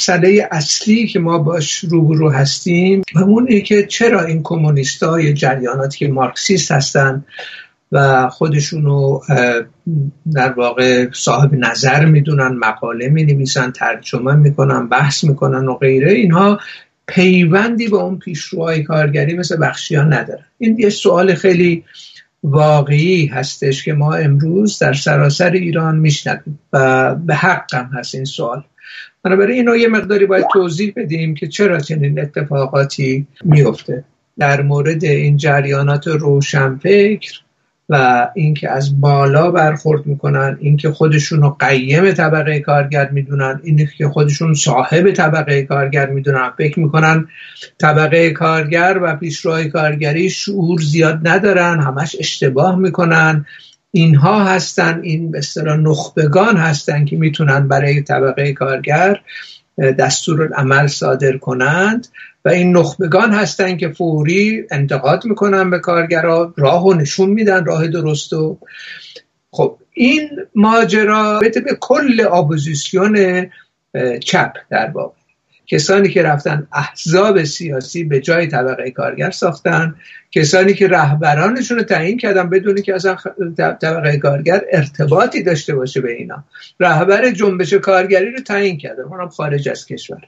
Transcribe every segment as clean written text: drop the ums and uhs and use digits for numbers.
مسئله اصلی که ما باش روبرو هستیم و اون اینه که چرا این کمونیست‌ها یا جریاناتی که مارکسیست هستن و خودشونو در واقع صاحب نظر میدونن، مقاله مینویسن، ترجمه میکنن، بحث میکنن و غیره، اینها پیوندی با اون پیشروهای کارگری مثل بخشیان ندارن. این یه سوال خیلی واقعی هستش که ما امروز در سراسر ایران میشنویم و به حق هم هست این سوال. بنابراین اینو یه مقداری باید توضیح بدیم که چرا چنین اتفاقاتی میفته در مورد این جریانات روشنفکر و اینکه از بالا برخورد میکنن، اینکه خودشون رو قیم طبقه کارگر میدونن، اینکه خودشون صاحب طبقه کارگر میدونن، فکر میکنن طبقه کارگر و پیشروهای کارگری شعور زیاد ندارن، همش اشتباه میکنن. اینها هستن، این به اصطلاح نخبگان هستن که میتونن برای طبقه کارگر دستورالعمل صادر کنند و این نخبگان هستن که فوری انتقاد میکنن به کارگرها، راهو نشون میدن، راه درستو. خب این ماجرا به کل اپوزیسیون چپ در واقع، کسانی که رفتن احزاب سیاسی به جای طبقه کارگر ساختن، کسانی که رهبرانشون رو تعیین کردن بدون که اصلا طبقه کارگر ارتباطی داشته باشه به اینا. رهبر جنبش کارگری رو تعیین کردن، اونم خارج از کشور.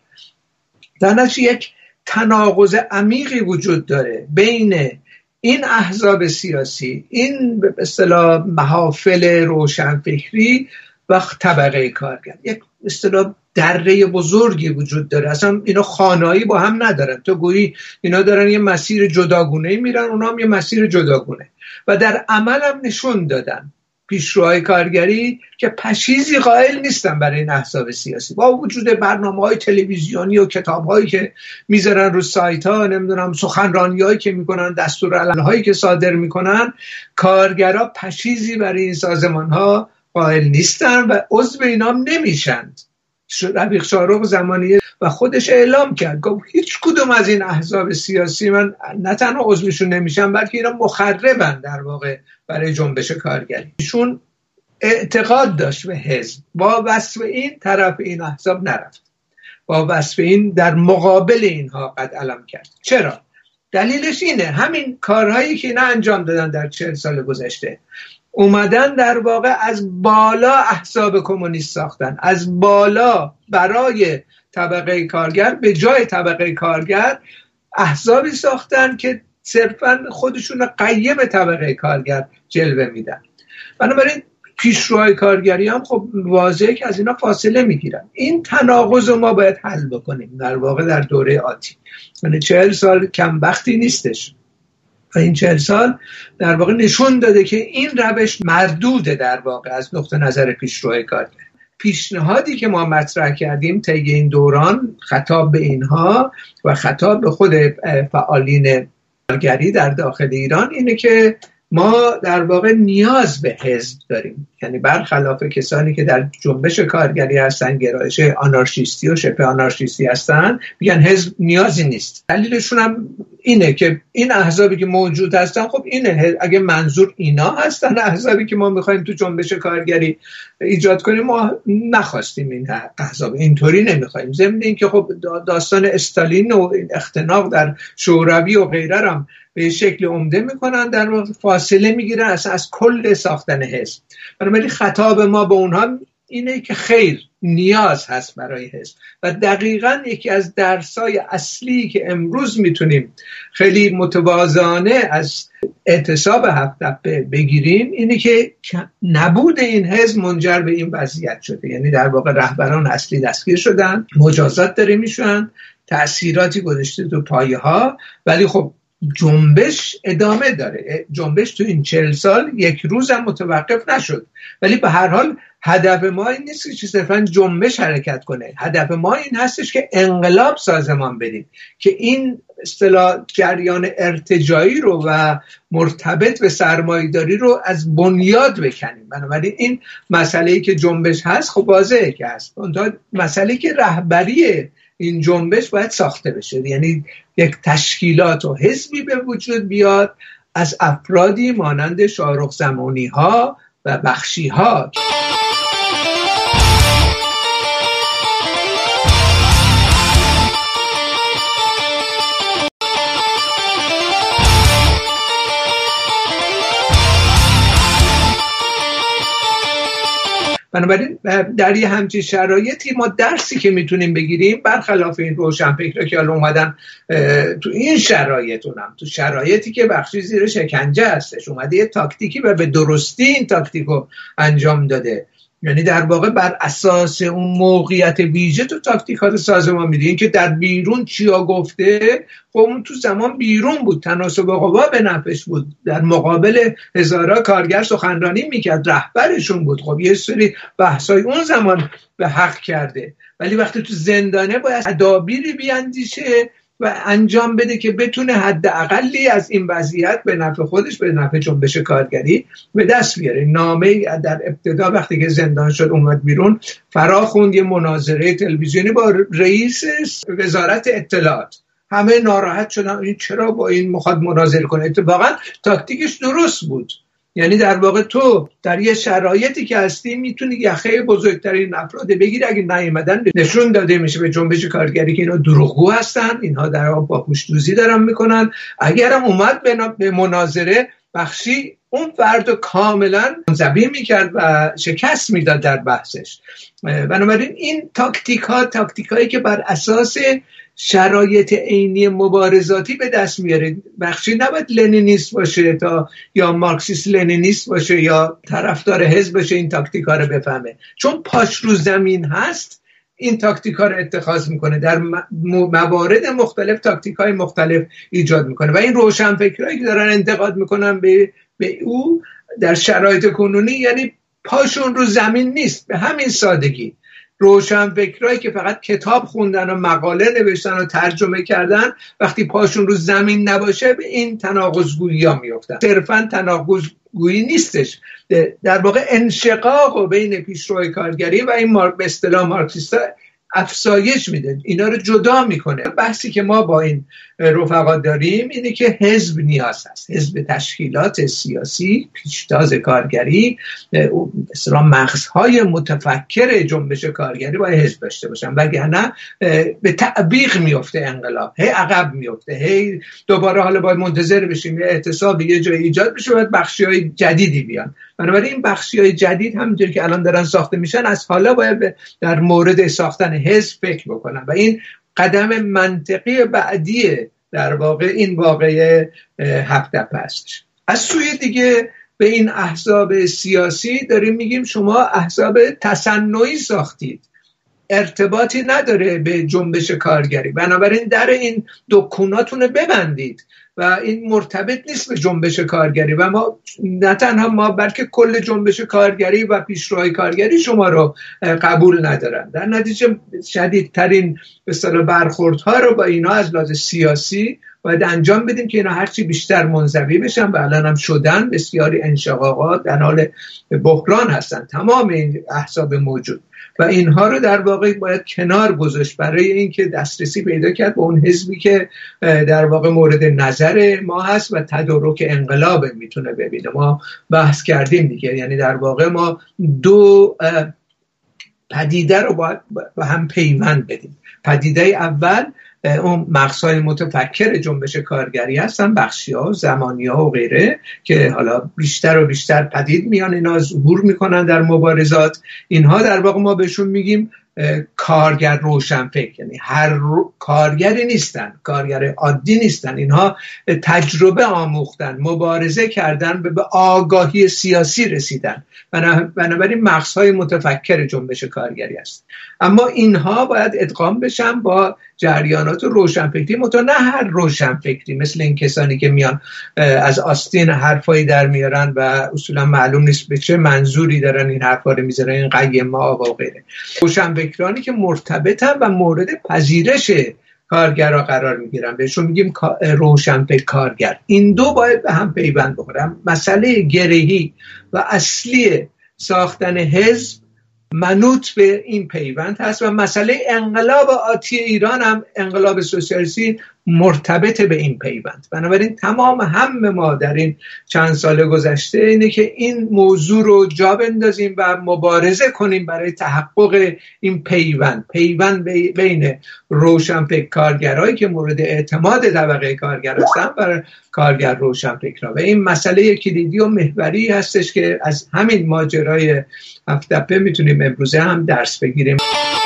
در نتیجه یک تناقض عمیقی وجود داره بین این احزاب سیاسی، این به اصطلاح محافل روشنفکری و طبقه کارگر. یک به اصطلاح دره بزرگی وجود داره، اصلا اینا خانایی با هم ندارن. تو گویی اینا دارن یه مسیر جداگونه‌ای میرن، اونا هم یه مسیر جداگونه و در عمل هم نشون دادن پیشروهای کارگری که پشیزی قائل نیستن برای این احزاب سیاسی. با وجود برنامه‌های تلویزیونی و کتاب‌هایی که میذارن رو سایت‌ها، نمیدونم سخنرانی‌هایی که میکنن، دستورالعمل‌هایی که صادر میکنن، کارگرها پشیزی برای این سازمان‌ها قائل نیستن و عضو اینا نمیشند. رفیق شارق زمانی و خودش اعلام کرد، گفت هیچ کدوم از این احزاب سیاسی من نه تنها عضوشون نمیشم بلکه اینا مخربن در واقع برای جنبش کارگری. ایشون اعتقاد داشت به حزب، با وصف این طرف این احزاب نرفت، با وصف این در مقابل اینها قد علم کرد. چرا؟ دلیلش اینه همین کارهایی که اینا انجام دادن در 40 سال گذشته، اومدن در واقع از بالا احزاب کمونیست ساختن، از بالا برای طبقه کارگر به جای طبقه کارگر احزابی ساختن که صرفا خودشون قیم طبقه کارگر جلوه میدن. بنابراین پیشروهای کارگری هم خب واضحه که از اینا فاصله میگیرن. این تناقض رو ما باید حل بکنیم در واقع در دوره آتی. یعنی 40 سال کم وقتی نیستش و این 40 سال در واقع نشون داده که این روش مردوده در واقع از نقطه نظر پیشروهای کارگر. پیشنهادی که ما مطرح کردیم طی این دوران، خطاب به اینها و خطاب به خود فعالین کارگری در داخل ایران، اینه که ما در واقع نیاز به حزب داریم. یعنی برخلاف کسانی که در جنبش کارگری هستن، گرایش آنارشیستی و شبه آنارشیستی هستن، میگن حزب نیازی نیست. دلیلشون هم اینه که این احزابی که موجود هستن، خب اینه، اگه منظور اینا هستن احزابی که ما میخوایم تو جنبش کارگری ایجاد کنیم، ما نخواستیم این احزاب، اینطوری نمیخوایم. ضمن این که خب داستان استالین و اختناق در شوروی و غیره هم به شکل عمده میکنن، در واقع فاصله میگیرن از کل ساختن حزب. بنابراین خطاب ما به اونها اینه که خیر، نیاز هست برای حزب و دقیقاً یکی از درسای اصلی که امروز میتونیم خیلی متوازانه از اعتصاب 7 تپه بگیریم اینه که نبود این حزب منجر به این وضعیت شده. یعنی در واقع رهبران اصلی دستگیر شدن، مجازات داره میشن، تأثیراتی گذاشته تو پایه ها، ولی خب جنبش ادامه داره. جنبش تو این 40 سال یک روز هم متوقف نشد، ولی به هر حال هدف ما این نیست که صرفاً جنبش حرکت کنه. هدف ما این هستش که انقلاب سازمان بدیم، که این اصطلاح جریان ارتجاعی رو و مرتبط به سرمایه‌داری رو از بنیاد بکنیم. بنابراین این مسئله‌ای که جنبش هست خب واضحه که هست، اونتا مسئله‌ای که رهبری این جنبش باید ساخته بشه. یعنی یک تشکیلات و حزبی به وجود بیاد از افرادی مانند شاهرخ زمانی ها و بخشی ها. بنابراین در یه همچین شرایطی ما درسی که میتونیم بگیریم، برخلاف این روشنفکرها که حالا اومدن تو این شرایط، اونم تو شرایطی که بخشی زیر شکنجه هستش، اومده یه تاکتیکی و به درستی این تاکتیکو انجام داده. یعنی در واقع بر اساس اون موقعیت ویژه تو تاکتیکات سازمان میدین که در بیرون چیا گفته، خب اون تو زمان بیرون بود، تناسب قوا به نفعش بود، در مقابل هزارها کارگر سخنرانی میکرد، رهبرشون بود. خب یه سری بحثای اون زمان به حق کرده، ولی وقتی تو زندانه باید تدابیری بیاندیشه و انجام بده که بتونه حداقلی از این وضعیت به نفع خودش، به نفع جنبش کارگری به دست بیاره. نامه در ابتدا وقتی که زندان شد اومد بیرون، فرا خوند یه مناظره تلویزیونی با رئیس وزارت اطلاعات. همه ناراحت شدن، این چرا با این میخواد مناظره کنه؟ اتفاقا تاکتیکش درست بود. یعنی در واقع تو در یه شرایطی که هستی میتونی یخه بزرگترین افراد بگیری، اگه نیومدن نشون داده میشه به جنبش کارگری که اینا دروغگو هستن، اینها در واقع با پوش‌دوزی دارن میکنن. اگرم اومد به مناظره، بخشی اون فرد رو کاملا منزوی میکرد و شکست میداد در بحثش. بنابراین این تاکتیکایی که بر اساس شرایط عینی مبارزاتی به دست میاره. بخشی نباید لنینیست باشه یا مارکسیست لنینیست باشه یا طرفدار حزب باشه این تاکتیکا رو بفهمه، چون پاش رو زمین هست این تاکتیکا رو اتخاذ میکنه، در موارد مختلف تاکتیکای مختلف ایجاد میکنه. و این روشنفکرایی که دارن انتقاد میکنن به او در شرایط کنونی، یعنی پاشون رو زمین نیست. به همین سادگی روشنفکرایی که فقط کتاب خوندن و مقاله نوشتن و ترجمه کردن، وقتی پاشون رو زمین نباشه به این تناقض‌گویی ها میفتن. صرفا تناقض‌گویی نیستش، در واقع انشقاق بین پیشروی کارگری و این به اصطلاح مارکسیستا افزایش میده، اینا رو جدا میکنه. بحثی که ما با این رفقا داریم اینه که حزب نیاز هست، حزب تشکیلات سیاسی پیشتاز کارگری، مثلا مغزهای متفکر جنبش کارگری باید حزب داشته باشن، وگرنه به تعبیق میفته انقلاب، هی عقب میفته، هی دوباره حالا باید منتظر بشیم یه اعتصاب یه جای ایجاد بشه بعد بخشی‌های جدیدی بیان. بنابراین این بخشی‌های جدید همونطور که الان دارن ساخته میشن، از حالا باید در مورد ساختن حزب فکر بکنن و این قدم منطقی بعدی در واقع این واقعه هفت‌تپه هستش. از سوی دیگه به این احزاب سیاسی داریم میگیم شما احزاب تصنعی ساختید، ارتباطی نداره به جنبش کارگری، بنابراین در این دکوناتون رو ببندید و این مرتبط نیست به جنبش کارگری. و ما نه تنها ما بلکه کل جنبش کارگری و پیشروهای کارگری شما رو قبول ندارن. در نتیجه شدیدترین به اصطلاح برخوردها رو با اینا از لحاظ سیاسی باید انجام بدیم که اینا هرچی بیشتر منزوی بشن و الان هم شدن. بسیاری انشقاقات در حال بحران هستن، تمام این احزاب موجود، و اینها رو در واقع باید کنار گذاشت برای اینکه دسترسی پیدا کرد به اون حزبی که در واقع مورد نظر ما هست و تدارک انقلاب میتونه ببینه. ما بحث کردیم دیگه، یعنی در واقع ما دو پدیده رو باید با هم پیوند بدیم. پدیده اول اون مغزهای متفکر جنبش کارگری هستن، بخشی‌ها، زمانی‌ها و غیره، که حالا بیشتر و بیشتر پدید میان، اینا ظهور میکنن در مبارزات. اینها در واقع ما بهشون میگیم کارگر روشنفکر، یعنی کارگری نیستن، کارگر عادی نیستن، اینها تجربه آموختن، مبارزه کردن، به آگاهی سیاسی رسیدن، بنابراین مغزهای متفکر جنبش کارگری است. اما اینها باید ادغام بشن با جریانات روشنفکری، نه هر روشنفکری، مثل این کسانی که میان از آستین حرفایی در میارن و اصولا معلوم نیست به چه منظوری دارن این حرفا رو میذارن، این قیما و غیره. روشنفکرانی که مرتبطن و مورد پذیرش کارگرها قرار میگیرن، بهشون میگیم روشنفکر کارگر. این دو باید به هم پیوند بخورن. مسئله گرهی و اصلی ساختن حزب منوط به این پیوند هست و مسئله انقلاب آتی ایران هم، انقلاب سوسیالیستی، مرتبط به این پیوند. بنابراین تمام هم ما در این چند سال گذشته اینه که این موضوع رو جا بندازیم و مبارزه کنیم برای تحقق این پیوند بین روشنفکر کارگرایی که مورد اعتماد طبقه کارگر هستن برای کارگر روشنفکرها. و این مسئله کلیدی و محوری هستش که از همین ماجرای هفت‌تپه میتونیم امروزه هم درس بگیریم.